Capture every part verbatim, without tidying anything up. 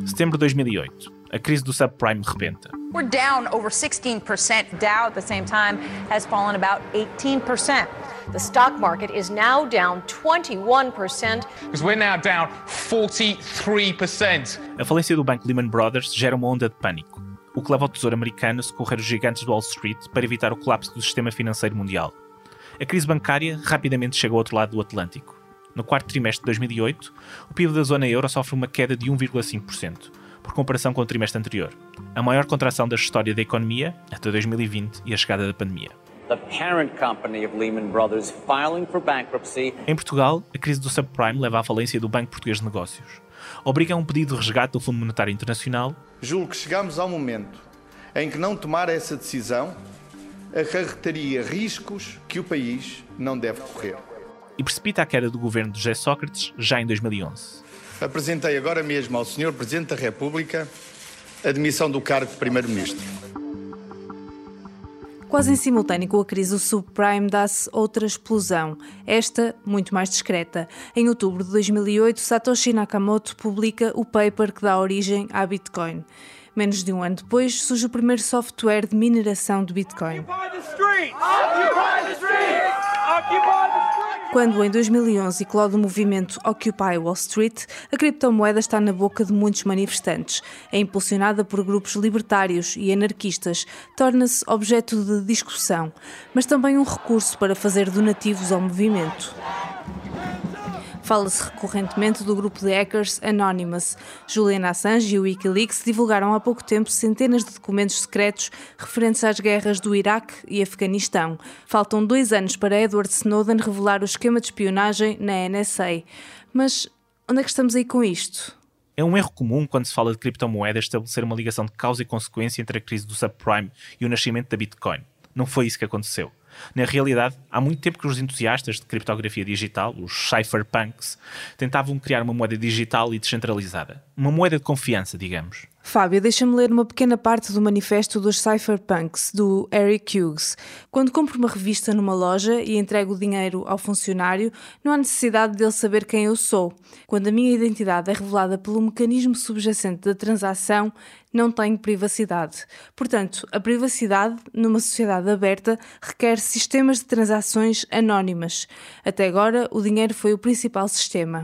Setembro de dois mil e oito. A crise do subprime rebenta. We're down over sixteen percent. Dow at the same time has fallen about eighteen percent. The stock market is now down twenty-one percent. Because we're now down forty-three percent. A falência do banco Lehman Brothers gera uma onda de pânico, o que leva ao Tesouro americano a socorrer os gigantes do Wall Street para evitar o colapso do sistema financeiro mundial. A crise bancária rapidamente chega ao outro lado do Atlântico. No quarto trimestre de dois mil e oito, o P I B da zona euro sofre uma queda de um vírgula cinco por cento, por comparação com o trimestre anterior, a maior contração da história da economia até dois mil e vinte e a chegada da pandemia. The parent company of Lehman Brothers filing for bankruptcy. Em Portugal, a crise do subprime leva à falência do Banco Português de Negócios. Obriga a um pedido de resgate do Fundo Monetário Internacional. Julgo que chegamos ao momento em que não tomar essa decisão acarretaria riscos que o país não deve correr. E precipita a queda do governo de José Sócrates já em dois mil e onze. Apresentei agora mesmo ao senhor Presidente da República a demissão do cargo de Primeiro-Ministro. Quase em simultâneo com a crise do subprime dá-se outra explosão, esta muito mais discreta. Em outubro de dois mil e oito, Satoshi Nakamoto publica o paper que dá origem à Bitcoin. Menos de um ano depois, surge o primeiro software de mineração de Bitcoin. Quando, em dois mil e onze, eclode o movimento Occupy Wall Street, a criptomoeda está na boca de muitos manifestantes. É impulsionada por grupos libertários e anarquistas, torna-se objeto de discussão, mas também um recurso para fazer donativos ao movimento. Fala-se recorrentemente do grupo de hackers Anonymous. Julian Assange e o Wikileaks divulgaram há pouco tempo centenas de documentos secretos referentes às guerras do Iraque e Afeganistão. Faltam dois anos para Edward Snowden revelar o esquema de espionagem na N S A. Mas onde é que estamos aí com isto? É um erro comum quando se fala de criptomoedas estabelecer uma ligação de causa e consequência entre a crise do subprime e o nascimento da Bitcoin. Não foi isso que aconteceu. Na realidade, há muito tempo que os entusiastas de criptografia digital, os cypherpunks, tentavam criar uma moeda digital e descentralizada. Uma moeda de confiança, digamos. Fábio, deixa-me ler uma pequena parte do manifesto dos cypherpunks, do Eric Hughes. Quando compro uma revista numa loja e entrego o dinheiro ao funcionário, não há necessidade dele saber quem eu sou. Quando a minha identidade é revelada pelo mecanismo subjacente da transação, não tenho privacidade. Portanto, a privacidade, numa sociedade aberta, requer sistemas de transações anónimas. Até agora, o dinheiro foi o principal sistema.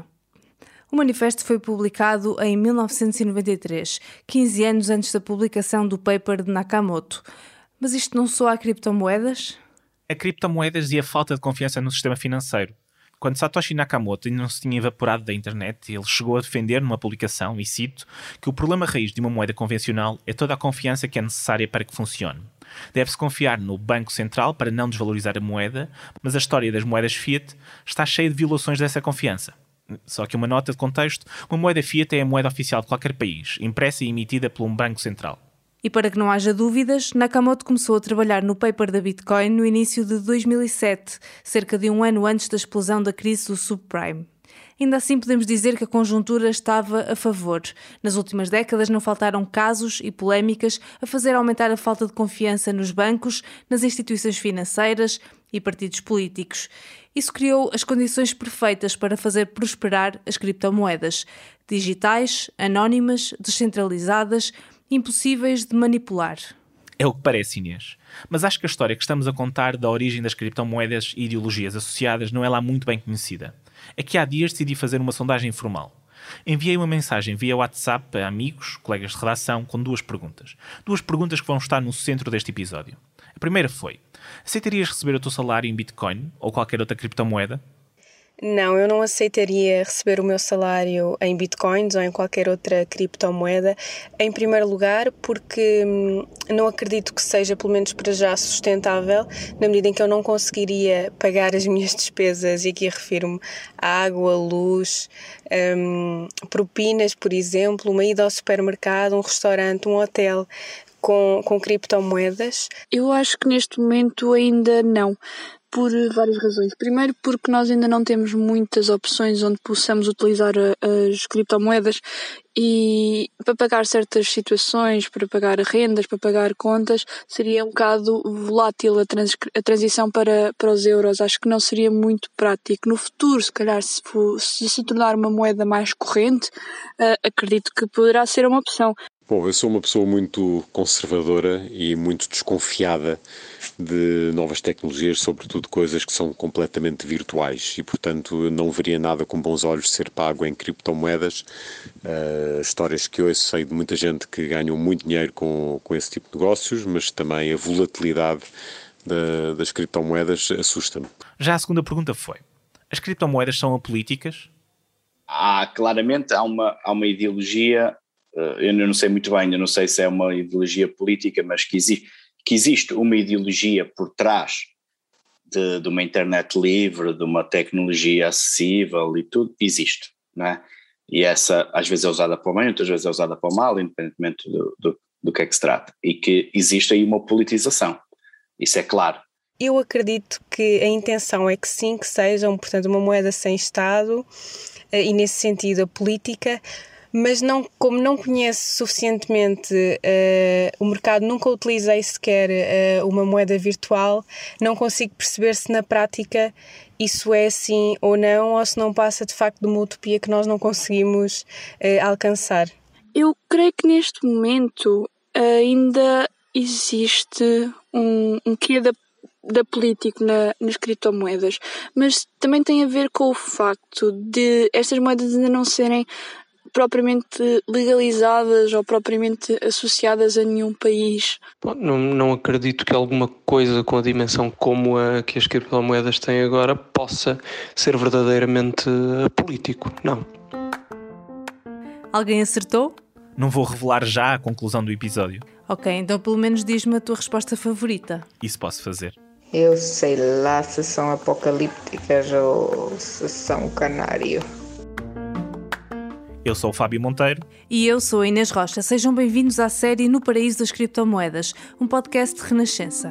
O manifesto foi publicado em mil novecentos e noventa e três, quinze anos antes da publicação do paper de Nakamoto. Mas isto não soa a criptomoedas? A criptomoedas e a falta de confiança no sistema financeiro. Quando Satoshi Nakamoto ainda não se tinha evaporado da internet, ele chegou a defender numa publicação, e cito, que o problema raiz de uma moeda convencional é toda a confiança que é necessária para que funcione. Deve-se confiar no Banco Central para não desvalorizar a moeda, mas a história das moedas fiat está cheia de violações dessa confiança. Só que uma nota de contexto, uma moeda fiat é a moeda oficial de qualquer país, impressa e emitida por um banco central. E para que não haja dúvidas, Nakamoto começou a trabalhar no paper da Bitcoin no início de dois mil e sete, cerca de um ano antes da explosão da crise do subprime. Ainda assim podemos dizer que a conjuntura estava a favor. Nas últimas décadas não faltaram casos e polémicas a fazer aumentar a falta de confiança nos bancos, nas instituições financeiras e partidos políticos. Isso criou as condições perfeitas para fazer prosperar as criptomoedas. Digitais, anónimas, descentralizadas, impossíveis de manipular. É o que parece, Inês. Mas acho que a história que estamos a contar da origem das criptomoedas e ideologias associadas não é lá muito bem conhecida. Aqui há dias decidi fazer uma sondagem informal. Enviei uma mensagem via WhatsApp a amigos, colegas de redação, com duas perguntas. Duas perguntas que vão estar no centro deste episódio. A primeira foi: aceitarias receber o teu salário em Bitcoin ou qualquer outra criptomoeda? Não, eu não aceitaria receber o meu salário em bitcoins ou em qualquer outra criptomoeda. Em primeiro lugar, porque não acredito que seja, pelo menos para já, sustentável, na medida em que eu não conseguiria pagar as minhas despesas, e aqui refiro-me à água, luz, um, propinas, por exemplo, uma ida ao supermercado, um restaurante, um hotel com, com criptomoedas. Eu acho que neste momento ainda não. por várias razões. Primeiro, porque nós ainda não temos muitas opções onde possamos utilizar as criptomoedas e para pagar certas situações, para pagar rendas, para pagar contas, seria um bocado volátil a, trans, a transição para, para os euros. Acho que não seria muito prático. No futuro, se calhar, se, for, se se tornar uma moeda mais corrente, uh, acredito que poderá ser uma opção. Bom, eu sou uma pessoa muito conservadora e muito desconfiada de novas tecnologias, sobretudo coisas que são completamente virtuais e, portanto, eu não veria nada com bons olhos ser pago em criptomoedas. Uh, histórias que hoje sei de muita gente que ganham muito dinheiro com, com esse tipo de negócios, mas também a volatilidade da, das criptomoedas assusta-me. Já a segunda pergunta foi: as criptomoedas são apolíticas? Há, claramente, há uma, há uma ideologia. Eu não sei muito bem, eu não sei se é uma ideologia política, mas que existe, que existe uma ideologia por trás de, de uma internet livre, de uma tecnologia acessível e tudo, existe, não é? E essa às vezes é usada para o bem, outras vezes é usada para o mal, independentemente do, do, do que é que se trata. E que existe aí uma politização, isso é claro. Eu acredito que a intenção é que sim, que sejam, portanto, uma moeda sem Estado e nesse sentido a política. Mas não, como não conheço suficientemente uh, o mercado, nunca utilizei sequer uh, uma moeda virtual, não consigo perceber se na prática isso é assim ou não, ou se não passa de facto de uma utopia que nós não conseguimos uh, alcançar. Eu creio que neste momento ainda existe um, um quê da da política na, nas criptomoedas, mas também tem a ver com o facto de estas moedas ainda não serem propriamente legalizadas ou propriamente associadas a nenhum país. Bom, não, não acredito que alguma coisa com a dimensão como a que as criptomoedas têm agora possa ser verdadeiramente político, não. Alguém acertou? Não vou revelar já a conclusão do episódio. Ok, então pelo menos diz-me a tua resposta favorita. Isso posso fazer. Eu sei lá se são apocalípticas ou se são canário. Eu sou o Fábio Monteiro. E eu sou a Inês Rocha. Sejam bem-vindos à série No Paraíso das Criptomoedas, um podcast de Renascença.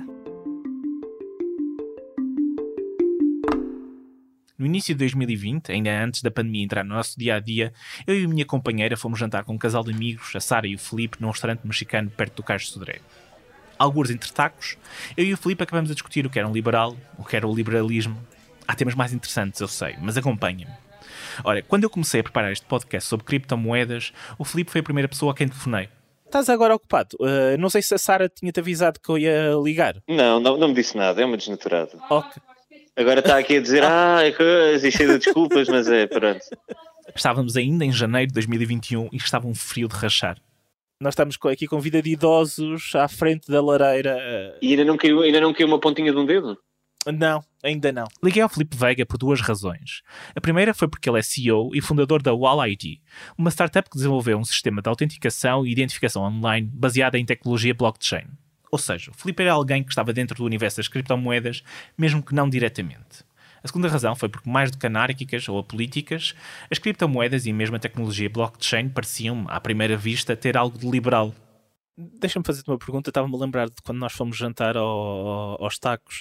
No início de dois mil e vinte, ainda antes da pandemia entrar no nosso dia-a-dia, eu e a minha companheira fomos jantar com um casal de amigos, a Sara e o Filipe, num restaurante mexicano perto do Cais de Sodré. Alguns entre tacos, eu e o Filipe acabamos a discutir o que era um liberal, o que era o liberalismo. Há temas mais interessantes, eu sei, mas acompanha-me. Ora, quando eu comecei a preparar este podcast sobre criptomoedas, o Filipe foi a primeira pessoa a quem telefonei. Estás agora ocupado? Uh, não sei se a Sara tinha-te avisado que eu ia ligar. Não, não, não me disse nada, é uma desnaturada. Ok. Agora está aqui a dizer, ah, é coisa, e cheio de desculpas, mas é, pronto. Estávamos ainda em janeiro de dois mil e vinte e um e estava um frio de rachar. Nós estamos aqui com vida de idosos à frente da lareira. E ainda não caiu, ainda não caiu uma pontinha de um dedo? Não, ainda não. Liguei ao Filipe Veiga por duas razões. A primeira foi porque ele é C E O e fundador da Wall I D, uma startup que desenvolveu um sistema de autenticação e identificação online baseada em tecnologia blockchain. Ou seja, o Filipe era alguém que estava dentro do universo das criptomoedas, mesmo que não diretamente. A segunda razão foi porque, mais do que anárquicas ou apolíticas, as criptomoedas e mesmo a tecnologia blockchain pareciam, à primeira vista, ter algo de liberal. Deixa-me fazer-te uma pergunta. Estava-me a lembrar de quando nós fomos jantar ao, ao, aos tacos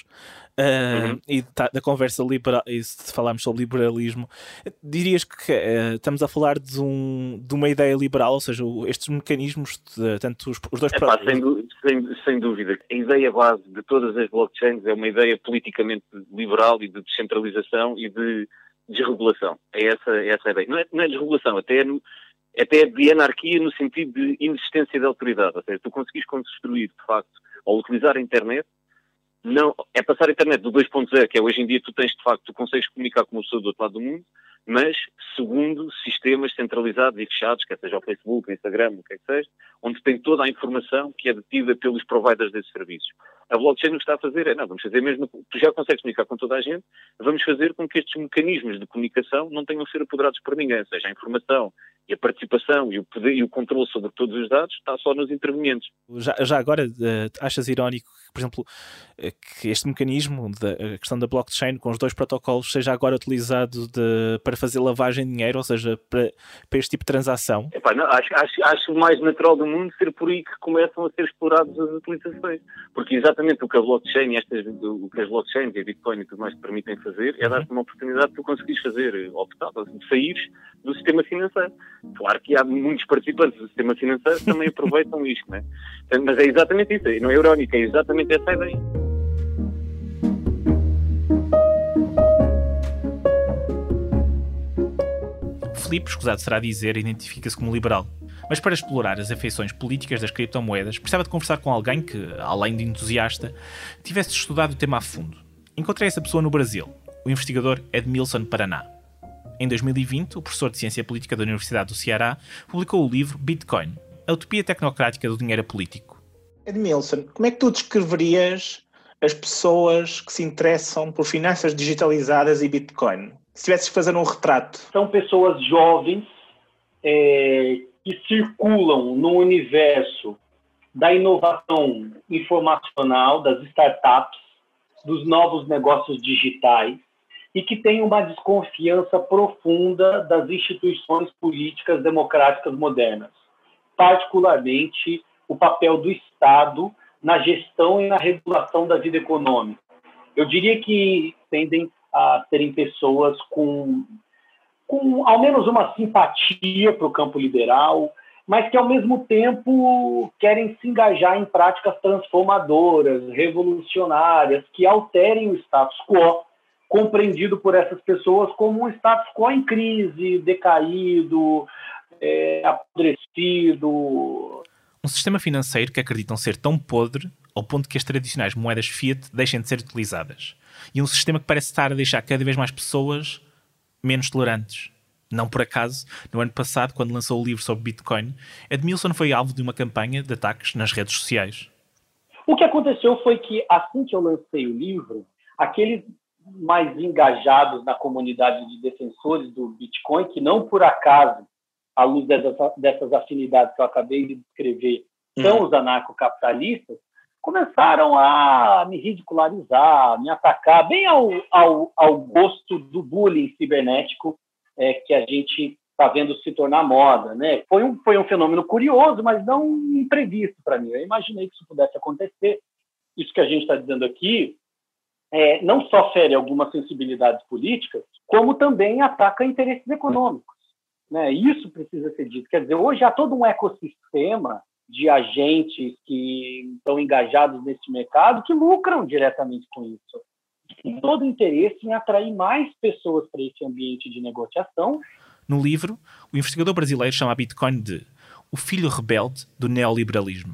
uh, uhum. e da, da conversa liberal, e se falarmos sobre liberalismo, dirias que uh, estamos a falar de, um, de uma ideia liberal, ou seja, estes mecanismos, de, tanto os, os dois... É pá, sem, sem, sem dúvida. A ideia base de todas as blockchains é uma ideia politicamente liberal e de descentralização e de desregulação. É essa, é essa a ideia. Não é, não é desregulação, até é no... até de anarquia no sentido de inexistência de autoridade, ou seja, tu conseguis construir, de facto, ou utilizar a internet, não, é passar a internet do dois ponto zero, que é hoje em dia tu tens, de facto, tu consegues comunicar com uma pessoa do outro lado do mundo, mas segundo sistemas centralizados e fechados, quer seja o Facebook, o Instagram, o que é que seja, onde tem toda a informação que é detida pelos providers desses serviços. A blockchain o que está a fazer é, não, vamos fazer mesmo, tu já consegues comunicar com toda a gente, vamos fazer com que estes mecanismos de comunicação não tenham de ser apoderados por ninguém, ou seja, a informação E a participação e o poder e o controle sobre todos os dados está só nos intervenientes. Já, já agora, uh, achas irónico que, por exemplo, uh, que este mecanismo, da a questão da blockchain com os dois protocolos, seja agora utilizado de, para fazer lavagem de dinheiro, ou seja, para, para este tipo de transação? Epá, não, acho, acho, acho o mais natural do mundo ser por aí que começam a ser exploradas as utilizações. Porque exatamente o que a blockchain, estas, o que as blockchains e a Bitcoin e tudo mais te permitem fazer é dar-te uma oportunidade de tu conseguires fazer, optar, de saíres do sistema financeiro. Claro que há muitos participantes do sistema financeiro que também aproveitam isto, não é? Mas é exatamente isso, não é irónico, é exatamente essa a ideia. Filipe, escusado será dizer, identifica-se como liberal. Mas para explorar as afeições políticas das criptomoedas, precisava de conversar com alguém que, além de entusiasta, tivesse estudado o tema a fundo. Encontrei essa pessoa no Brasil, o investigador Edmilson Paraná. Em dois mil e vinte, o professor de Ciência Política da Universidade do Ceará publicou o livro Bitcoin, a utopia tecnocrática do dinheiro político. Edmilson, como é que tu descreverias as pessoas que se interessam por finanças digitalizadas e Bitcoin? Se tivesses que fazer um retrato. São pessoas jovens é, que circulam no universo da inovação informacional, das startups, dos novos negócios digitais, e que têm uma desconfiança profunda das instituições políticas democráticas modernas, particularmente o papel do Estado na gestão e na regulação da vida econômica. Eu diria que tendem a serem pessoas com, com ao menos uma simpatia para o campo liberal, mas que, ao mesmo tempo, querem se engajar em práticas transformadoras, revolucionárias, que alterem o status quo, compreendido por essas pessoas como um status quo em crise, decaído, é, apodrecido. Um sistema financeiro que acreditam ser tão podre ao ponto que as tradicionais moedas fiat deixem de ser utilizadas. E um sistema que parece estar a deixar cada vez mais pessoas menos tolerantes. Não por acaso, no ano passado, quando lançou o livro sobre Bitcoin, Edmilson foi alvo de uma campanha de ataques nas redes sociais. O que aconteceu foi que, assim que eu lancei o livro, aqueles mais engajados na comunidade de defensores do Bitcoin, que não por acaso, à luz dessas, dessas afinidades que eu acabei de descrever, são os anarcocapitalistas, começaram a me ridicularizar, me atacar, bem ao, ao, ao gosto do bullying cibernético é, que a gente está vendo se tornar moda, né? Foi um, foi um fenômeno curioso, mas não imprevisto para mim. Eu imaginei que isso pudesse acontecer. Isso que a gente está dizendo aqui É, não só fere algumas sensibilidades políticas, como também ataca interesses econômicos, né? Isso precisa ser dito. Quer dizer, hoje há todo um ecossistema de agentes que estão engajados nesse mercado que lucram diretamente com isso. E todo interesse em atrair mais pessoas para esse ambiente de negociação. No livro, o investigador brasileiro chama a Bitcoin de o filho rebelde do neoliberalismo.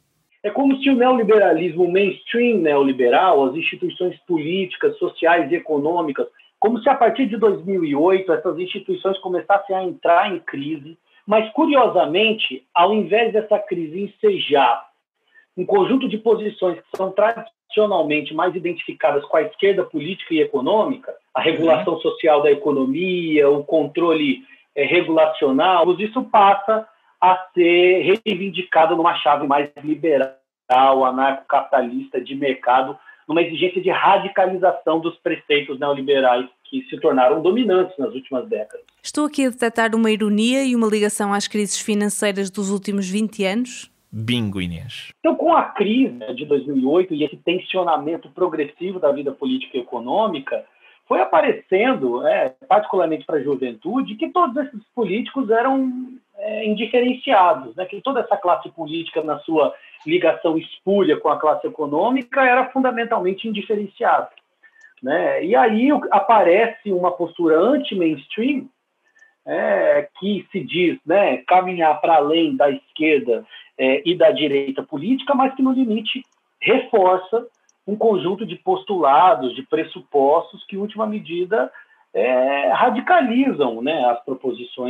É como se o neoliberalismo, o mainstream neoliberal, as instituições políticas, sociais e econômicas, como se a partir de dois mil e oito essas instituições começassem a entrar em crise, mas, curiosamente, ao invés dessa crise ensejar um conjunto de posições que são tradicionalmente mais identificadas com a esquerda política e econômica, a regulação uhum. social da economia, o controle é, regulacional, isso passa a ser reivindicado numa chave mais liberal, anarcocapitalista, de mercado, numa exigência de radicalização dos preceitos neoliberais que se tornaram dominantes nas últimas décadas. Estou aqui a detectar uma ironia e uma ligação às crises financeiras dos últimos vinte anos? Bingo, Inês. Então, com a crise de dois mil e oito e esse tensionamento progressivo da vida política e econômica, foi aparecendo, é, particularmente para a juventude, que todos esses políticos eram é, indiferenciados, né? Que toda essa classe política, na sua ligação espúria com a classe econômica, era fundamentalmente indiferenciada, né? E aí aparece uma postura anti-mainstream, é, que se diz, né, caminhar para além da esquerda é, e da direita política, mas que, no limite, reforça um conjunto de postulados, de pressupostos que, em última medida, é, radicalizam, né, as proposições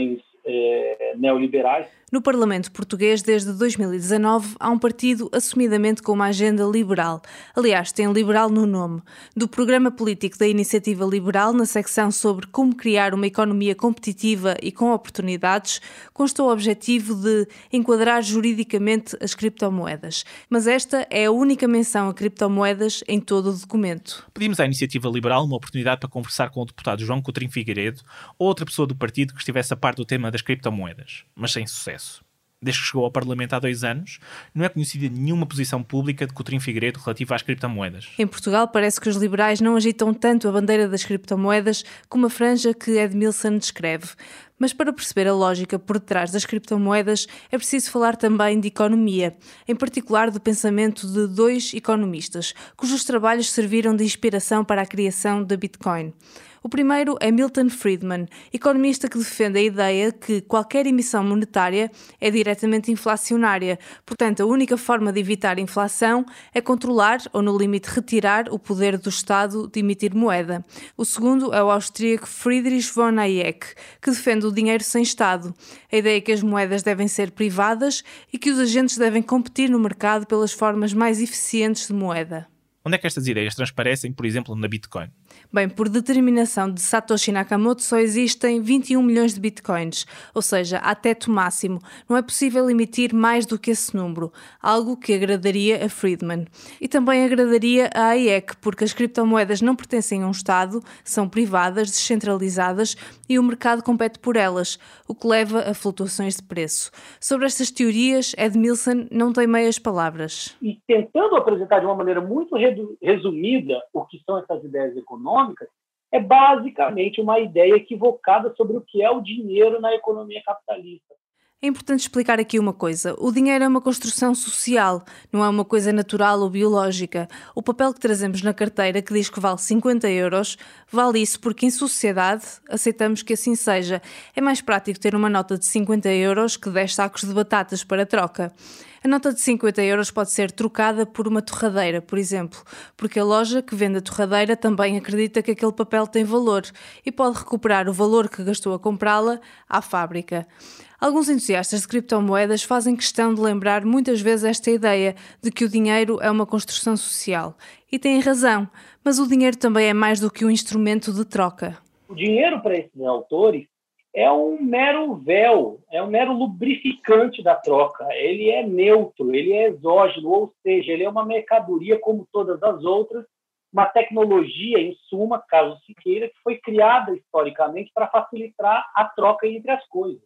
eh, neoliberais. No Parlamento português, desde dois mil e dezanove, há um partido assumidamente com uma agenda liberal. Aliás, tem liberal no nome. Do programa político da Iniciativa Liberal, na secção sobre como criar uma economia competitiva e com oportunidades, consta o objetivo de enquadrar juridicamente as criptomoedas. Mas esta é a única menção a criptomoedas em todo o documento. Pedimos à Iniciativa Liberal uma oportunidade para conversar com o deputado João Coutrinho Figueiredo ou outra pessoa do partido que estivesse a par do tema das criptomoedas, mas sem sucesso. Desde que chegou ao Parlamento há dois anos, não é conhecida nenhuma posição pública de Coutrinho Figueiredo relativa às criptomoedas. Em Portugal, parece que os liberais não agitam tanto a bandeira das criptomoedas como a franja que Edmilson descreve. Mas para perceber a lógica por detrás das criptomoedas, é preciso falar também de economia, em particular do pensamento de dois economistas, cujos trabalhos serviram de inspiração para a criação da Bitcoin. O primeiro é Milton Friedman, economista que defende a ideia que qualquer emissão monetária é diretamente inflacionária. Portanto, a única forma de evitar a inflação é controlar, ou no limite retirar, o poder do Estado de emitir moeda. O segundo é o austríaco Friedrich von Hayek, que defende o dinheiro sem Estado. A ideia é que as moedas devem ser privadas e que os agentes devem competir no mercado pelas formas mais eficientes de moeda. Onde é que estas ideias transparecem, por exemplo, na Bitcoin? Bem, por determinação de Satoshi Nakamoto, só existem vinte e um milhões de bitcoins, ou seja, há teto máximo. Não é possível emitir mais do que esse número, algo que agradaria a Friedman. E também agradaria a Hayek, porque as criptomoedas não pertencem a um Estado, são privadas, descentralizadas e o mercado compete por elas, o que leva a flutuações de preço. Sobre estas teorias, Edmilson não tem meias palavras. E tentando apresentar de uma maneira muito resumida o que são essas ideias econômicas, é basicamente uma ideia equivocada sobre o que é o dinheiro na economia capitalista. É importante explicar aqui uma coisa. O dinheiro é uma construção social, não é uma coisa natural ou biológica. O papel que trazemos na carteira, que diz que vale cinquenta euros, vale isso porque em sociedade aceitamos que assim seja. É mais prático ter uma nota de cinquenta euros que dez sacos de batatas para troca. A nota de cinquenta euros pode ser trocada por uma torradeira, por exemplo, porque a loja que vende a torradeira também acredita que aquele papel tem valor e pode recuperar o valor que gastou a comprá-la à fábrica. Alguns entusiastas de criptomoedas fazem questão de lembrar muitas vezes esta ideia de que o dinheiro é uma construção social. E têm razão, mas o dinheiro também é mais do que um instrumento de troca. O dinheiro, para esses autores, é um mero véu, é um mero lubrificante da troca. Ele é neutro, ele é exógeno, ou seja, ele é uma mercadoria como todas as outras, uma tecnologia, em suma, caso se queira, que foi criada historicamente para facilitar a troca entre as coisas.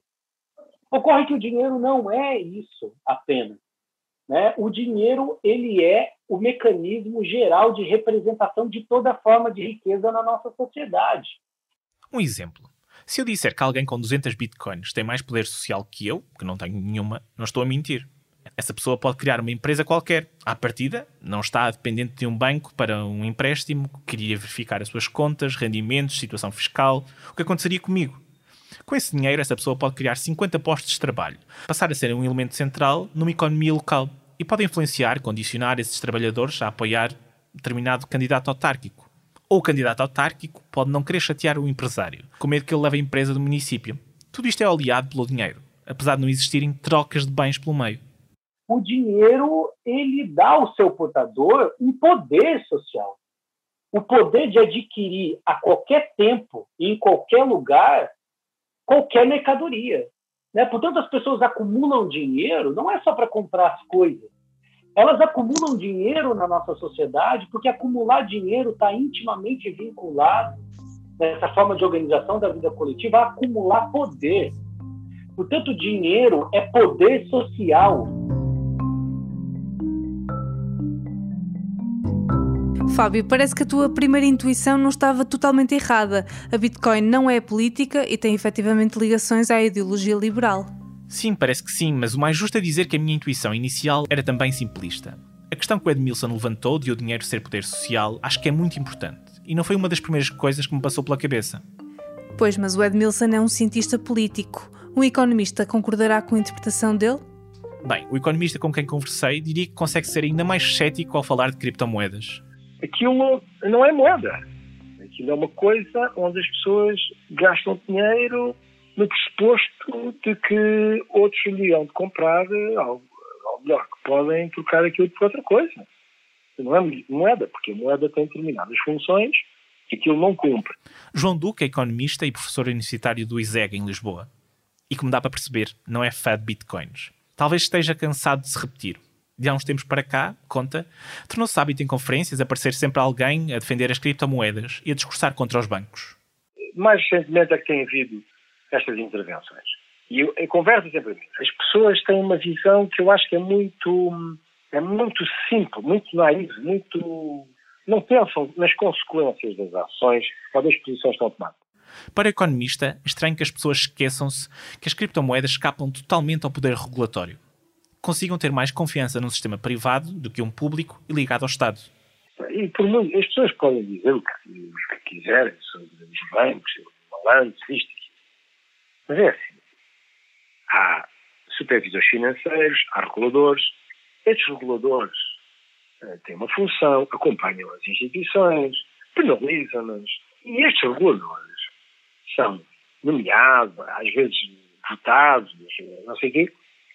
Ocorre que o dinheiro não é isso apenas, né? O dinheiro ele é o mecanismo geral de representação de toda forma de riqueza na nossa sociedade. Um exemplo. Se eu disser que alguém com duzentos bitcoins tem mais poder social que eu, que não tenho nenhuma, não estou a mentir. Essa pessoa pode criar uma empresa qualquer. À partida, não está dependente de um banco para um empréstimo, queria verificar as suas contas, rendimentos, situação fiscal. O que aconteceria comigo? Com esse dinheiro, essa pessoa pode criar cinquenta postos de trabalho, passar a ser um elemento central numa economia local e pode influenciar, condicionar esses trabalhadores a apoiar determinado candidato autárquico. Ou o candidato autárquico pode não querer chatear o empresário, com medo que ele leve a empresa do município. Tudo isto é oleado pelo dinheiro, apesar de não existirem trocas de bens pelo meio. O dinheiro, ele dá ao seu portador um poder social. O poder de adquirir a qualquer tempo e em qualquer lugar qualquer mercadoria, né? Portanto, as pessoas acumulam dinheiro não é só para comprar as coisas. Elas acumulam dinheiro na nossa sociedade porque acumular dinheiro está intimamente vinculado, nessa forma de organização da vida coletiva, a acumular poder. Portanto, dinheiro é poder social. Fábio, parece que a tua primeira intuição não estava totalmente errada. A Bitcoin não é política e tem efetivamente ligações à ideologia liberal. Sim, parece que sim, mas o mais justo é dizer que a minha intuição inicial era também simplista. A questão que o Edmilson levantou de o dinheiro ser poder social acho que é muito importante e não foi uma das primeiras coisas que me passou pela cabeça. Pois, mas o Edmilson é um cientista político. Um economista concordará com a interpretação dele? Bem, o economista com quem conversei diria que consegue ser ainda mais cético ao falar de criptomoedas. Aquilo não é moeda. Aquilo é uma coisa onde as pessoas gastam dinheiro no pressuposto de que outros lhe irão de comprar algo, algo melhor que podem trocar aquilo por outra coisa. Não é moeda, porque a moeda tem determinadas funções que aquilo não cumpre. João Duque é economista e professor universitário do I S E G em Lisboa. E como dá para perceber, não é fã de bitcoins. Talvez esteja cansado de se repetir. De há uns tempos para cá, conta, tornou-se hábito em conferências aparecer sempre alguém a defender as criptomoedas e a discursar contra os bancos. Mais recentemente é que tem havido estas intervenções. E eu, em conversas sempre as pessoas têm uma visão que eu acho que é muito, é muito simples, muito naiva, muito... não pensam nas consequências das ações ou das posições que estão tomadas. Para o economista, é estranho que as pessoas esqueçam-se que as criptomoedas escapam totalmente ao poder regulatório. Consigam ter mais confiança num sistema privado do que um público e ligado ao Estado. E por muito, as pessoas podem dizer o que, o que quiserem sobre os bancos, sobre o balanço, isto e aquilo. Mas é assim. Há supervisores financeiros, há reguladores. Estes reguladores uh, têm uma função, acompanham as instituições, penalizam-nas. E estes reguladores são nomeados, às vezes votados, não sei o quê,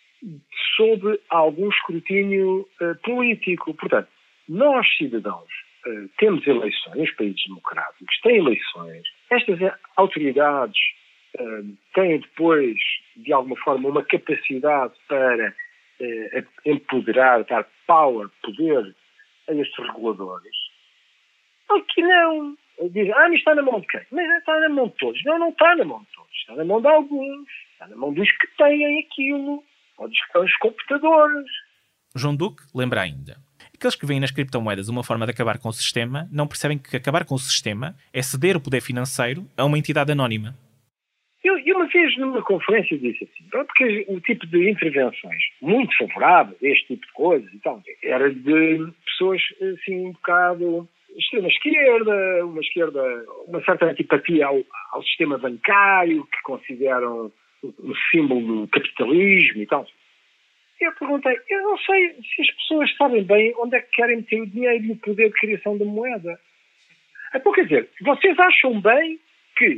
sob algum escrutínio uh, político. Portanto, nós, cidadãos, uh, temos eleições, os países democráticos têm eleições, estas autoridades uh, têm depois, de alguma forma, uma capacidade para uh, empoderar, dar power, poder a estes reguladores. Aqui não. Dizem, ah, mas está na mão de quem? Mas está na mão de todos. Não, não está na mão de todos. Está na mão de alguns. Está na mão dos que têm aquilo. Ou dos, dos computadores. João Duque lembra ainda. Aqueles que veem nas criptomoedas uma forma de acabar com o sistema não percebem que acabar com o sistema é ceder o poder financeiro a uma entidade anónima. Eu, eu uma vez numa conferência disse assim, porque o tipo de intervenções muito favoráveis, este tipo de coisas e tal, era de pessoas assim um bocado extrema esquerda, uma esquerda, uma certa antipatia ao, ao sistema bancário, que consideram um símbolo do capitalismo e tal. Eu perguntei, eu não sei se as pessoas sabem bem onde é que querem meter o dinheiro e o poder de criação da moeda. Então, quer dizer, vocês acham bem que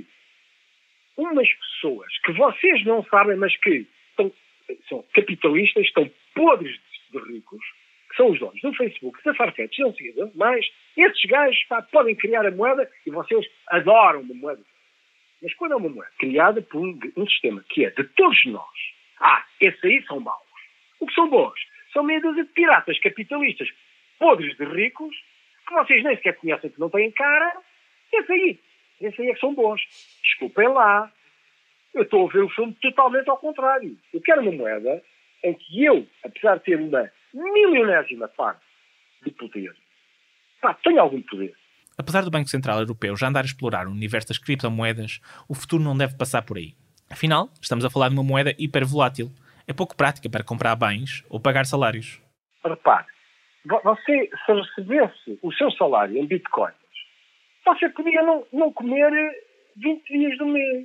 umas pessoas que vocês não sabem, mas que estão, são capitalistas, estão podres de ricos, que são os donos do Facebook, da Farfetch, não sei o que mais, esses gajos pá, podem criar a moeda e vocês adoram uma moeda. Mas quando é uma moeda criada por um, um sistema que é de todos nós, ah, esses aí são maus. O que são bons? São meia dúzia de piratas capitalistas podres de ricos, que vocês nem sequer conhecem, que não têm cara. Esses aí. Esses aí é que são bons. Desculpem lá. Eu estou a ver o filme totalmente ao contrário. Eu quero uma moeda em que eu, apesar de ter uma milionésima parte de poder, pá, tenho algum poder. Apesar do Banco Central Europeu já andar a explorar o universo das criptomoedas, o futuro não deve passar por aí. Afinal, estamos a falar de uma moeda hipervolátil. É pouco prática para comprar bens ou pagar salários. Repare, você, se recebesse o seu salário em bitcoins, você podia não, não comer vinte dias do mês.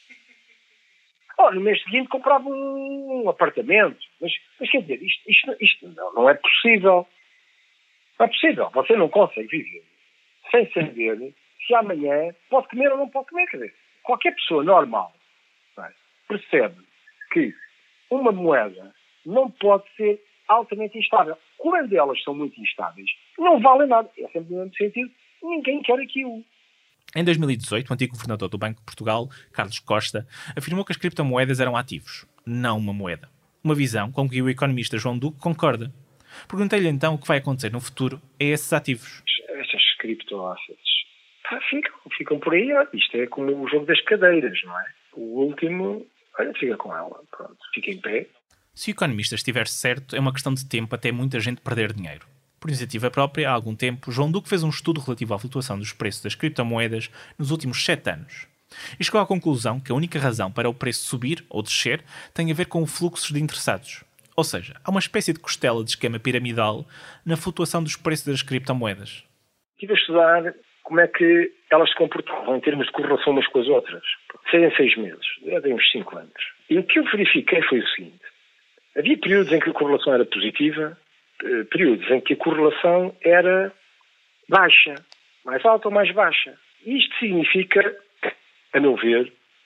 Oh, no mês seguinte comprava um, um apartamento. Mas, mas quer dizer, isto, isto, isto não, não é possível. Não é possível. Você não consegue viver sem saber se amanhã pode comer ou não pode comer. Quer dizer, qualquer pessoa normal, não é, percebe que uma moeda não pode ser altamente instável. Quando elas são muito instáveis, não valem nada. É sempre no mesmo sentido. Ninguém quer aquilo. Em dois mil e dezoito, o antigo governador do Banco de Portugal, Carlos Costa, afirmou que as criptomoedas eram ativos, não uma moeda. Uma visão com que o economista João Duque concorda. Perguntei-lhe então o que vai acontecer no futuro a esses ativos. Estas criptoassets ah, ficam, ficam por aí. Isto é como o jogo das cadeiras, não é? O último, olha, fica com ela. Pronto, fica em pé. Se o economista estiver certo, é uma questão de tempo até muita gente perder dinheiro. Por iniciativa própria, há algum tempo, João Duque fez um estudo relativo à flutuação dos preços das criptomoedas nos últimos sete anos. E chegou à conclusão que a única razão para o preço subir ou descer tem a ver com o fluxo de interessados. Ou seja, há uma espécie de costela de esquema piramidal na flutuação dos preços das criptomoedas. Estive a estudar como é que elas se comportavam em termos de correlação umas com as outras. Seis em seis meses, de uns cinco anos. E o que eu verifiquei foi o seguinte. Havia períodos em que a correlação era positiva, períodos em que a correlação era baixa, mais alta ou mais baixa. E isto significa, a meu ver,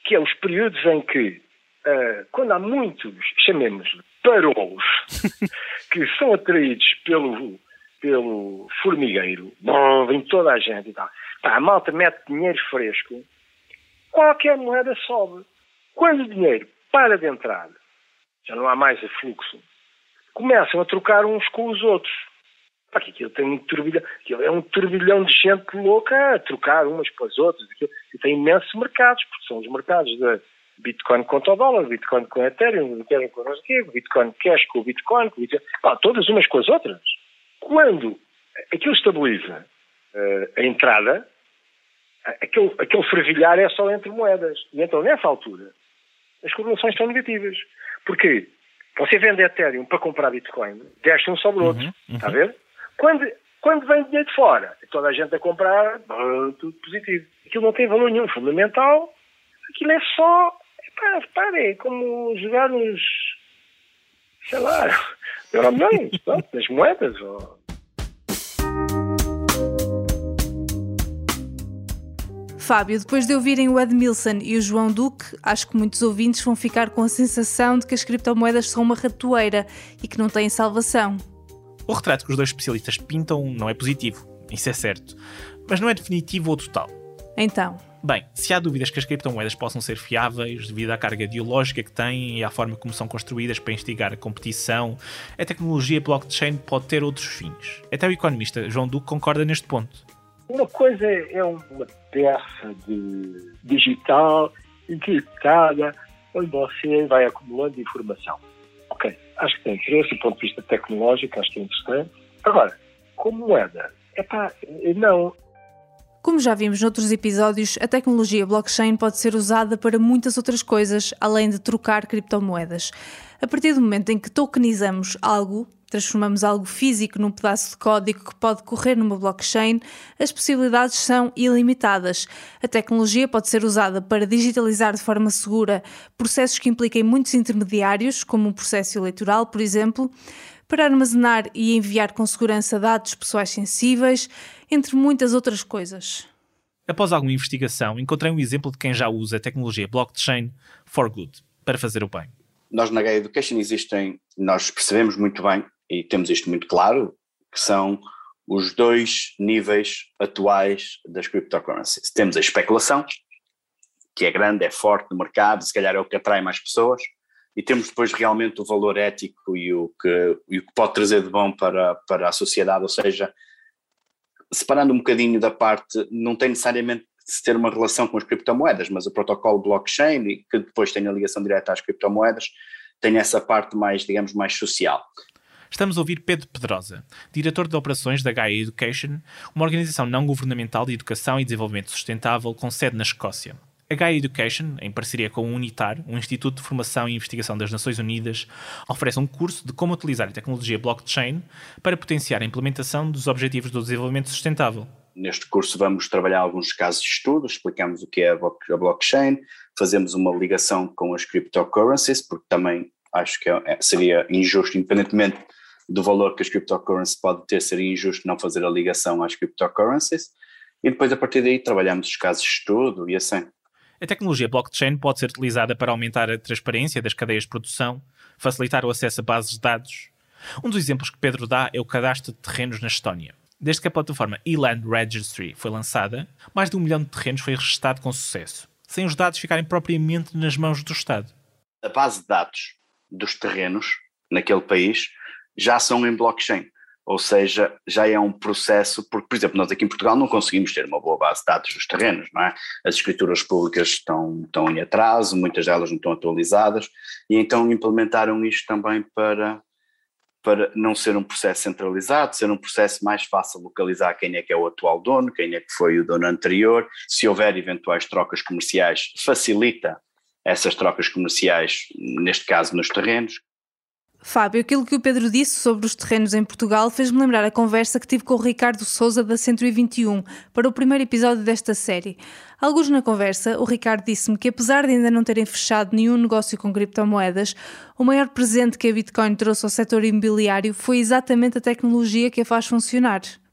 que é os períodos em que, uh, quando há muitos, chamemos parolos, que são atraídos pelo, pelo formigueiro, bom, vem toda a gente e tal, pá, a malta mete dinheiro fresco, qualquer moeda sobe. Quando o dinheiro para de entrar, já não há mais afluxo, começam a trocar uns com os outros. Pá, que aquilo tem um turbilhão, aquilo é um turbilhão de gente louca a trocar umas com as outras. Aquilo, e tem imensos mercados, porque são os mercados de Bitcoin contra o dólar, Bitcoin com Ethereum, Ethereum com não sei o quê, Bitcoin Cash com o Bitcoin, com o Bitcoin, pá, todas umas com as outras. Quando aquilo estabiliza uh, a entrada, aquele, aquele fervilhar é só entre moedas. E então, nessa altura, as correlações estão negativas. Porquê? Você vende Ethereum para comprar Bitcoin, desce um sobre o outro. Uhum, uhum. Está a ver? Quando, quando vem dinheiro de fora, toda a gente a comprar, tudo positivo. Aquilo não tem valor nenhum fundamental. Aquilo é só... Pá, repare, é como jogar nos... sei lá... Euromilhões, nas moedas. Ou... Fábio, depois de ouvirem o Ed Milson e o João Duque, acho que muitos ouvintes vão ficar com a sensação de que as criptomoedas são uma ratoeira e que não têm salvação. O retrato que os dois especialistas pintam não é positivo, isso é certo, mas não é definitivo ou total. Então? Bem, se há dúvidas que as criptomoedas possam ser fiáveis devido à carga ideológica que têm e à forma como são construídas para instigar a competição, a tecnologia blockchain pode ter outros fins. Até o economista João Duque concorda neste ponto. Uma coisa é uma peça de digital, encriptada, onde você vai acumulando informação. Ok, acho que tem interesse do ponto de vista tecnológico, acho que é interessante. Agora, como moeda, é pá, não. Como já vimos noutros episódios, a tecnologia blockchain pode ser usada para muitas outras coisas, além de trocar criptomoedas. A partir do momento em que tokenizamos algo, transformamos algo físico num pedaço de código que pode correr numa blockchain, as possibilidades são ilimitadas. A tecnologia pode ser usada para digitalizar de forma segura processos que impliquem muitos intermediários, como um processo eleitoral, por exemplo, para armazenar e enviar com segurança dados pessoais sensíveis, entre muitas outras coisas. Após alguma investigação, encontrei um exemplo de quem já usa a tecnologia blockchain for good, para fazer o bem. Nós na Gaia Education existem, nós percebemos muito bem, e temos isto muito claro, que são os dois níveis atuais das cryptocurrencies. Temos a especulação, que é grande, é forte no mercado, se calhar é o que atrai mais pessoas, e temos depois realmente o valor ético e o que, e o que pode trazer de bom para, para a sociedade, ou seja, separando um bocadinho da parte, não tem necessariamente de ter uma relação com as criptomoedas, mas o protocolo blockchain, que depois tem a ligação direta às criptomoedas, tem essa parte mais, digamos, mais social. Estamos a ouvir Pedro Pedrosa, diretor de operações da Gaia Education, uma organização não governamental de educação e desenvolvimento sustentável com sede na Escócia. A Gaia Education, em parceria com o UNITAR, um Instituto de Formação e Investigação das Nações Unidas, oferece um curso de como utilizar a tecnologia blockchain para potenciar a implementação dos Objetivos do Desenvolvimento Sustentável. Neste curso vamos trabalhar alguns casos de estudo, explicamos o que é a blockchain, fazemos uma ligação com as cryptocurrencies, porque também acho que é, seria injusto, independentemente do valor que as cryptocurrencies podem ter, seria injusto não fazer a ligação às cryptocurrencies, e depois a partir daí trabalhamos os casos de estudo e assim. A tecnologia blockchain pode ser utilizada para aumentar a transparência das cadeias de produção, facilitar o acesso a bases de dados. Um dos exemplos que Pedro dá é o cadastro de terrenos na Estónia. Desde que a plataforma e-Land Registry foi lançada, mais de um milhão de terrenos foi registado com sucesso, sem os dados ficarem propriamente nas mãos do Estado. A base de dados dos terrenos naquele país já são em blockchain, ou seja, já é um processo, porque, por exemplo, nós aqui em Portugal não conseguimos ter uma boa base de dados dos terrenos, não é? As escrituras públicas estão, estão em atraso, muitas delas não estão atualizadas, e então implementaram isto também para, para não ser um processo centralizado, ser um processo mais fácil de localizar quem é que é o atual dono, quem é que foi o dono anterior, se houver eventuais trocas comerciais, facilita essas trocas comerciais, neste caso nos terrenos. Fábio, aquilo que o Pedro disse sobre os terrenos em Portugal fez-me lembrar a conversa que tive com o Ricardo Sousa da cento e vinte e um para o primeiro episódio desta série. Alguns na conversa, o Ricardo disse-me que apesar de ainda não terem fechado nenhum negócio com criptomoedas, o maior presente que a Bitcoin trouxe ao setor imobiliário foi exatamente a tecnologia que a faz funcionar.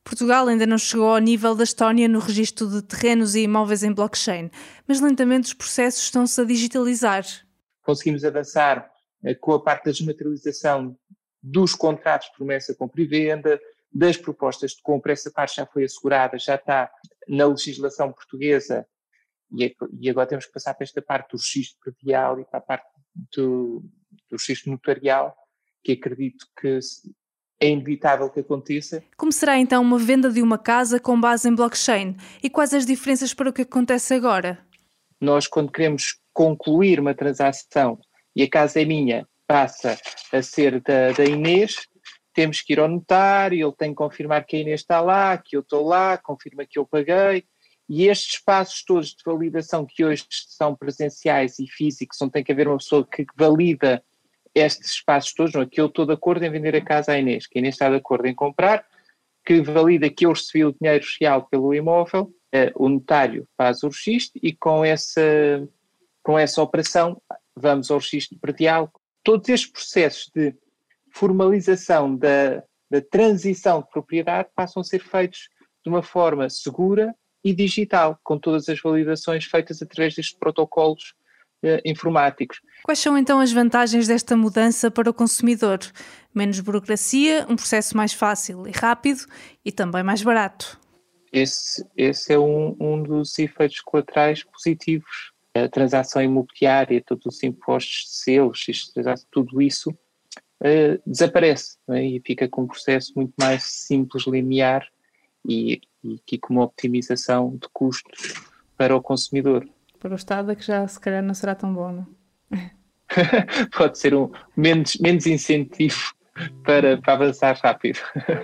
Portugal ainda não chegou ao nível da Estónia no registro de terrenos e imóveis em blockchain, mas lentamente os processos estão-se a digitalizar. Conseguimos avançar eh, com a parte da desmaterialização dos contratos de promessa, compra e venda, das propostas de compra. Essa parte já foi assegurada, já está na legislação portuguesa e, e agora temos que passar para esta parte do registro predial e para a parte do, do registro notarial, que acredito que é inevitável que aconteça. Como será então uma venda de uma casa com base em blockchain? E quais as diferenças para o que acontece agora? Nós, quando queremos concluir uma transação e a casa é minha, passa a ser da, da Inês, temos que ir ao notário, ele tem que confirmar que a Inês está lá, que eu estou lá, confirma que eu paguei, e estes passos todos de validação que hoje são presenciais e físicos, onde tem que haver uma pessoa que valida estes espaços todos, não é? Que eu estou de acordo em vender a casa à Inês, que a Inês está de acordo em comprar, que valida que eu recebi o dinheiro real pelo imóvel, eh, o notário faz o registro e com essa, com essa operação vamos ao registro predial. Todos estes processos de formalização da, da transição de propriedade passam a ser feitos de uma forma segura e digital, com todas as validações feitas através destes protocolos eh, informáticos. Quais são então as vantagens desta mudança para o consumidor? Menos burocracia, um processo mais fácil e rápido e também mais barato. Esse, esse é um, um dos efeitos colaterais positivos. A transação imobiliária, todos os impostos de selos, tudo isso uh, desaparece, não é? E fica com um processo muito mais simples, linear e, e aqui com uma optimização de custos para o consumidor. Para o Estado é que já se calhar não será tão bom, não é? Pode ser um menos, menos incentivo para, para avançar rápido.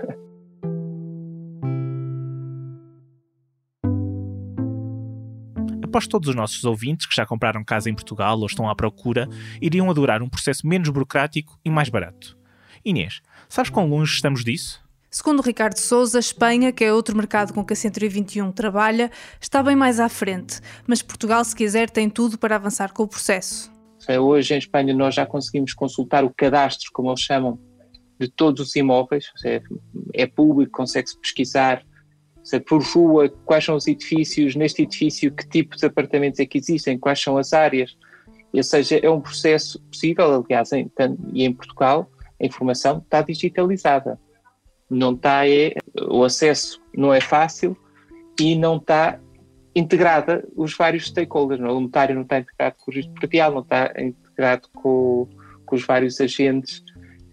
Após todos os nossos ouvintes que já compraram casa em Portugal ou estão à procura, iriam adorar um processo menos burocrático e mais barato. Inês, sabes quão longe estamos disso? Segundo Ricardo Sousa, Espanha, que é outro mercado com que a Centro e vinte e um trabalha, está bem mais à frente, mas Portugal, se quiser, tem tudo para avançar com o processo. Hoje em Espanha nós já conseguimos consultar o cadastro, como eles chamam, de todos os imóveis, é, é público, consegue-se pesquisar por rua quais são os edifícios, neste edifício que tipo de apartamentos é que existem, quais são as áreas, ou seja, é um processo possível, aliás, em, e em Portugal a informação está digitalizada, não está, é, o acesso não é fácil e não está integrada os vários stakeholders, não? O notário não está integrado com o registro predial, não está integrado com, com os vários agentes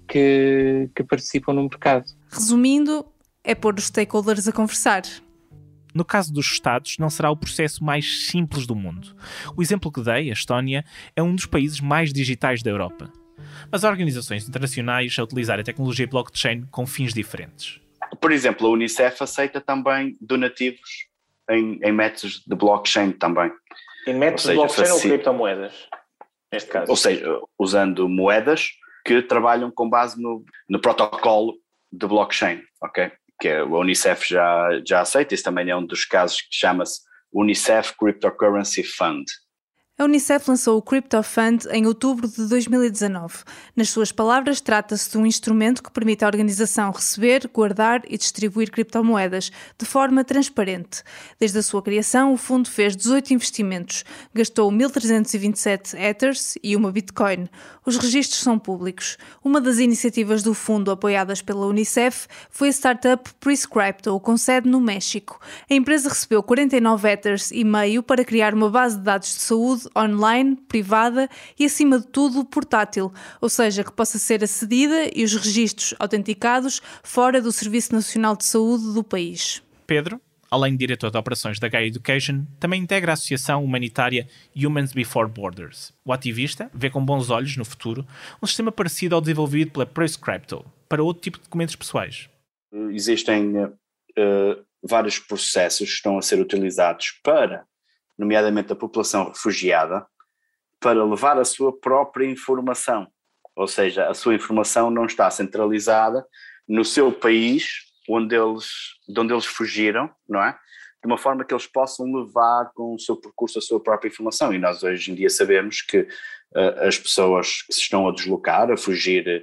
que, que participam no mercado. Resumindo, é pôr os stakeholders a conversar. No caso dos Estados, não será o processo mais simples do mundo. O exemplo que dei, a Estónia, é um dos países mais digitais da Europa. Mas há organizações internacionais a utilizar a tecnologia blockchain com fins diferentes. Por exemplo, a Unicef aceita também donativos em, em métodos de blockchain também. Em métodos de blockchain faci... ou criptomoedas, neste caso? Ou seja, usando moedas que trabalham com base no, no protocolo de blockchain, ok? Que a Unicef já, já aceita. Isso também é um dos casos que chama-se Unicef Cryptocurrency Fund. A Unicef lançou o Crypto Fund em outubro de dois mil e dezanove. Nas suas palavras, trata-se de um instrumento que permite à organização receber, guardar e distribuir criptomoedas de forma transparente. Desde a sua criação, o fundo fez dezoito investimentos, gastou mil trezentos e vinte e sete Ethers e uma Bitcoin. Os registros são públicos. Uma das iniciativas do fundo apoiadas pela Unicef foi a startup Prescripto, com sede no México. A empresa recebeu quarenta e nove Ethers e meio para criar uma base de dados de saúde online, privada e, acima de tudo, portátil, ou seja, que possa ser acedida e os registros autenticados fora do Serviço Nacional de Saúde do país. Pedro, além de diretor de operações da Gaia Education, também integra a associação humanitária Humans Before Borders. O ativista vê com bons olhos, no futuro, um sistema parecido ao desenvolvido pela Prescripto para outro tipo de documentos pessoais. Existem uh, vários processos que estão a ser utilizados para, nomeadamente a população refugiada, para levar a sua própria informação. Ou seja, a sua informação não está centralizada no seu país, onde eles, de onde eles fugiram, não é? De uma forma que eles possam levar com o seu percurso a sua própria informação. E nós hoje em dia sabemos que uh, as pessoas que se estão a deslocar, a fugir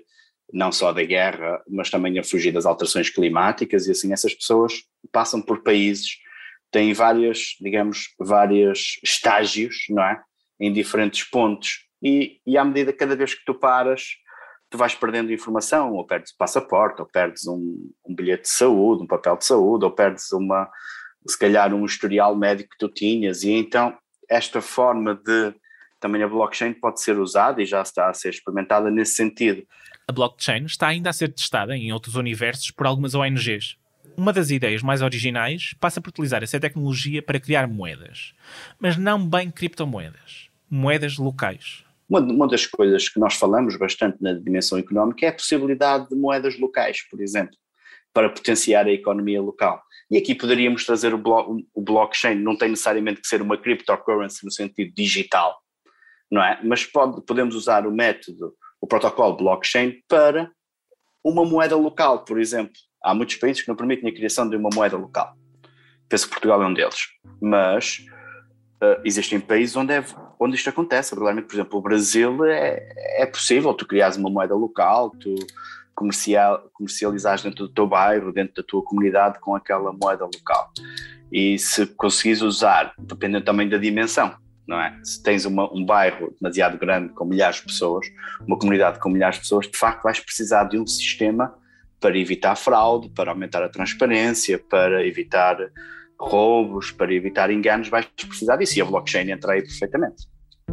não só da guerra, mas também a fugir das alterações climáticas, e assim essas pessoas passam por países, têm várias, digamos, vários estágios, não é? Em diferentes pontos, e, e à medida que cada vez que tu paras, tu vais perdendo informação, ou perdes o passaporte, ou perdes um, um bilhete de saúde, um papel de saúde, ou perdes uma, se calhar um historial médico que tu tinhas, e então esta forma de, também a blockchain pode ser usada e já está a ser experimentada nesse sentido. A blockchain está ainda a ser testada em outros universos por algumas O N Gs. Uma das ideias mais originais passa por utilizar essa tecnologia para criar moedas, mas não bem criptomoedas, moedas locais. Uma, uma das coisas que nós falamos bastante na dimensão económica é a possibilidade de moedas locais, por exemplo, para potenciar a economia local. E aqui poderíamos trazer o, blo- o blockchain, não tem necessariamente que ser uma cryptocurrency no sentido digital, não é? Mas pode, podemos usar o método, o protocolo blockchain para uma moeda local, por exemplo. Há muitos países que não permitem a criação de uma moeda local. Penso que Portugal é um deles. Mas uh, existem países onde, é, onde isto acontece. Regularmente, por exemplo, o Brasil é, é possível tu criares uma moeda local, tu comercial, comercializares dentro do teu bairro, dentro da tua comunidade com aquela moeda local. E se conseguires usar, dependendo também da dimensão, não é? Se tens uma, um bairro demasiado grande com milhares de pessoas, uma comunidade com milhares de pessoas, de facto vais precisar de um sistema para evitar fraude, para aumentar a transparência, para evitar roubos, para evitar enganos, vais precisar disso, e a blockchain entra aí perfeitamente.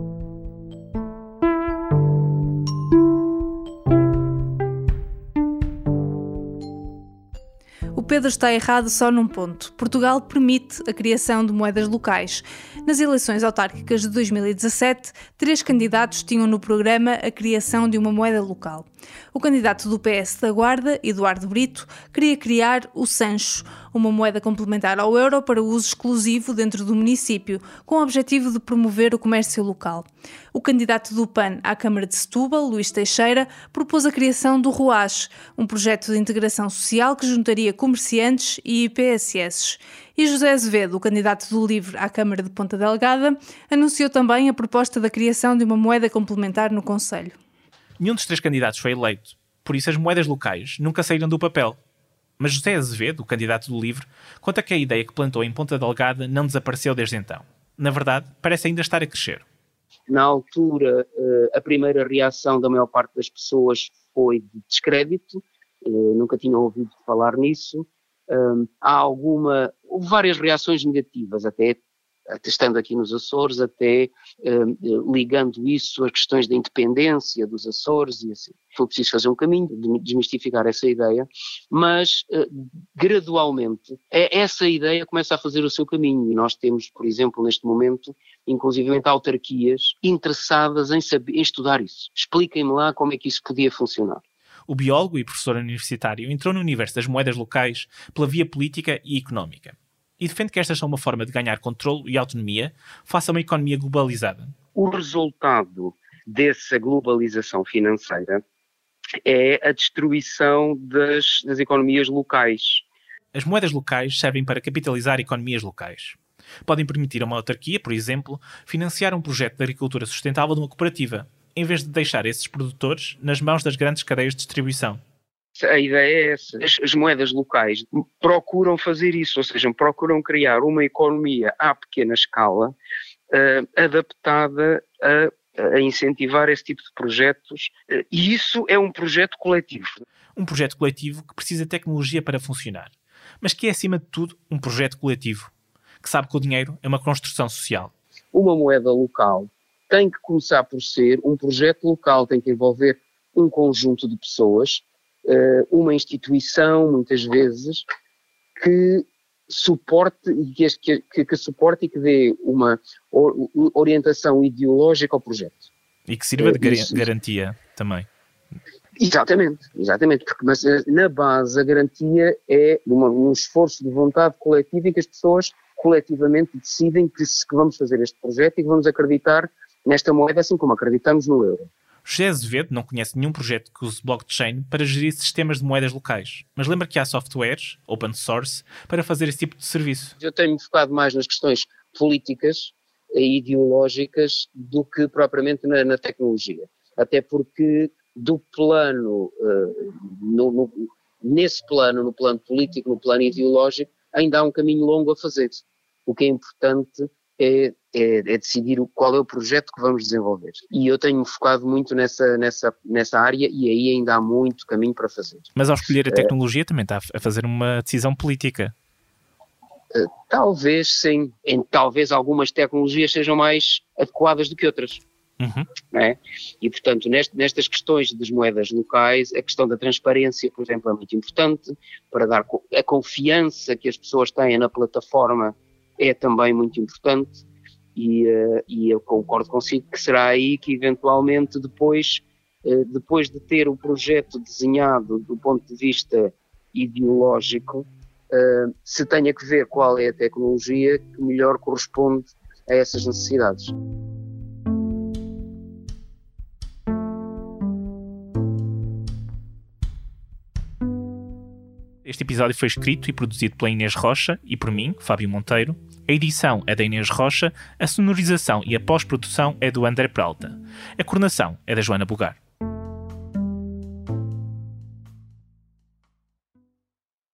O Pedro está errado só num ponto. Portugal permite a criação de moedas locais. Nas eleições autárquicas de dois mil e dezassete, três candidatos tinham no programa a criação de uma moeda local. O candidato do P S da Guarda, Eduardo Brito, queria criar o Sancho, uma moeda complementar ao euro para uso exclusivo dentro do município, com o objetivo de promover o comércio local. O candidato do P A N à Câmara de Setúbal, Luís Teixeira, propôs a criação do ROAS, um projeto de integração social que juntaria comerciantes e I P S S. E José Azevedo, o candidato do LIVRE à Câmara de Ponta Delgada, anunciou também a proposta da criação de uma moeda complementar no concelho. Nenhum dos três candidatos foi eleito, por isso as moedas locais nunca saíram do papel. Mas José Azevedo, o candidato do LIVRE, conta que a ideia que plantou em Ponta Delgada não desapareceu desde então. Na verdade, parece ainda estar a crescer. Na altura, a primeira reação da maior parte das pessoas foi de descrédito, nunca tinham ouvido falar nisso. Há alguma, houve várias reações negativas, até estando aqui nos Açores, até ligando isso às questões da independência dos Açores e assim. Foi preciso fazer um caminho, desmistificar essa ideia, mas gradualmente essa ideia começa a fazer o seu caminho, e nós temos, por exemplo, neste momento, inclusivamente autarquias interessadas em saber, em estudar isso. Expliquem-me lá como é que isso podia funcionar. O biólogo e professor universitário entrou no universo das moedas locais pela via política e económica e defende que estas são uma forma de ganhar controlo e autonomia face a uma economia globalizada. O resultado dessa globalização financeira é a destruição das, das economias locais. As moedas locais servem para capitalizar economias locais. Podem permitir a uma autarquia, por exemplo, financiar um projeto de agricultura sustentável de uma cooperativa, em vez de deixar esses produtores nas mãos das grandes cadeias de distribuição. A ideia é essa. As, as moedas locais procuram fazer isso, ou seja, procuram criar uma economia à pequena escala, uh, adaptada a, a incentivar esse tipo de projetos, uh, e isso é um projeto coletivo. Um projeto coletivo que precisa de tecnologia para funcionar, mas que é, acima de tudo, um projeto coletivo, que sabe que o dinheiro é uma construção social. Uma moeda local tem que começar por ser um projeto local, tem que envolver um conjunto de pessoas, uma instituição, muitas vezes, que suporte e que, que, que suporte e que dê uma orientação ideológica ao projeto. E que sirva de gar- garantia também. Exatamente, exatamente, porque mas, na base a garantia é uma, um esforço de vontade coletiva em que as pessoas coletivamente decidem que, que vamos fazer este projeto e que vamos acreditar nesta moeda assim como acreditamos no euro. José Azevedo não conhece nenhum projeto que use blockchain para gerir sistemas de moedas locais, mas lembra que há softwares, open source, para fazer esse tipo de serviço. Eu tenho-me focado mais nas questões políticas e ideológicas do que propriamente na, na tecnologia. Até porque do plano, uh, no, no, nesse plano, no plano político, no plano ideológico, ainda há um caminho longo a fazer. O que é importante é, é, é decidir qual é o projeto que vamos desenvolver. E eu tenho-me focado muito nessa, nessa, nessa área e aí ainda há muito caminho para fazer. Mas ao escolher a tecnologia uh, também está a fazer uma decisão política. Uh, talvez sim, em, talvez algumas tecnologias sejam mais adequadas do que outras. Uhum. Não é? E portanto neste, nestas questões das moedas locais, a questão da transparência, por exemplo, é muito importante para dar a confiança que as pessoas têm na plataforma, é também muito importante e, uh, e eu concordo consigo que será aí que eventualmente depois, uh, depois de ter o projeto desenhado do ponto de vista ideológico, uh, se tenha que ver qual é a tecnologia que melhor corresponde a essas necessidades. Este episódio foi escrito e produzido pela Inês Rocha e por mim, Fábio Monteiro. A edição é da Inês Rocha, a sonorização e a pós-produção é do André Peralta. A coordenação é da Joana Bugar.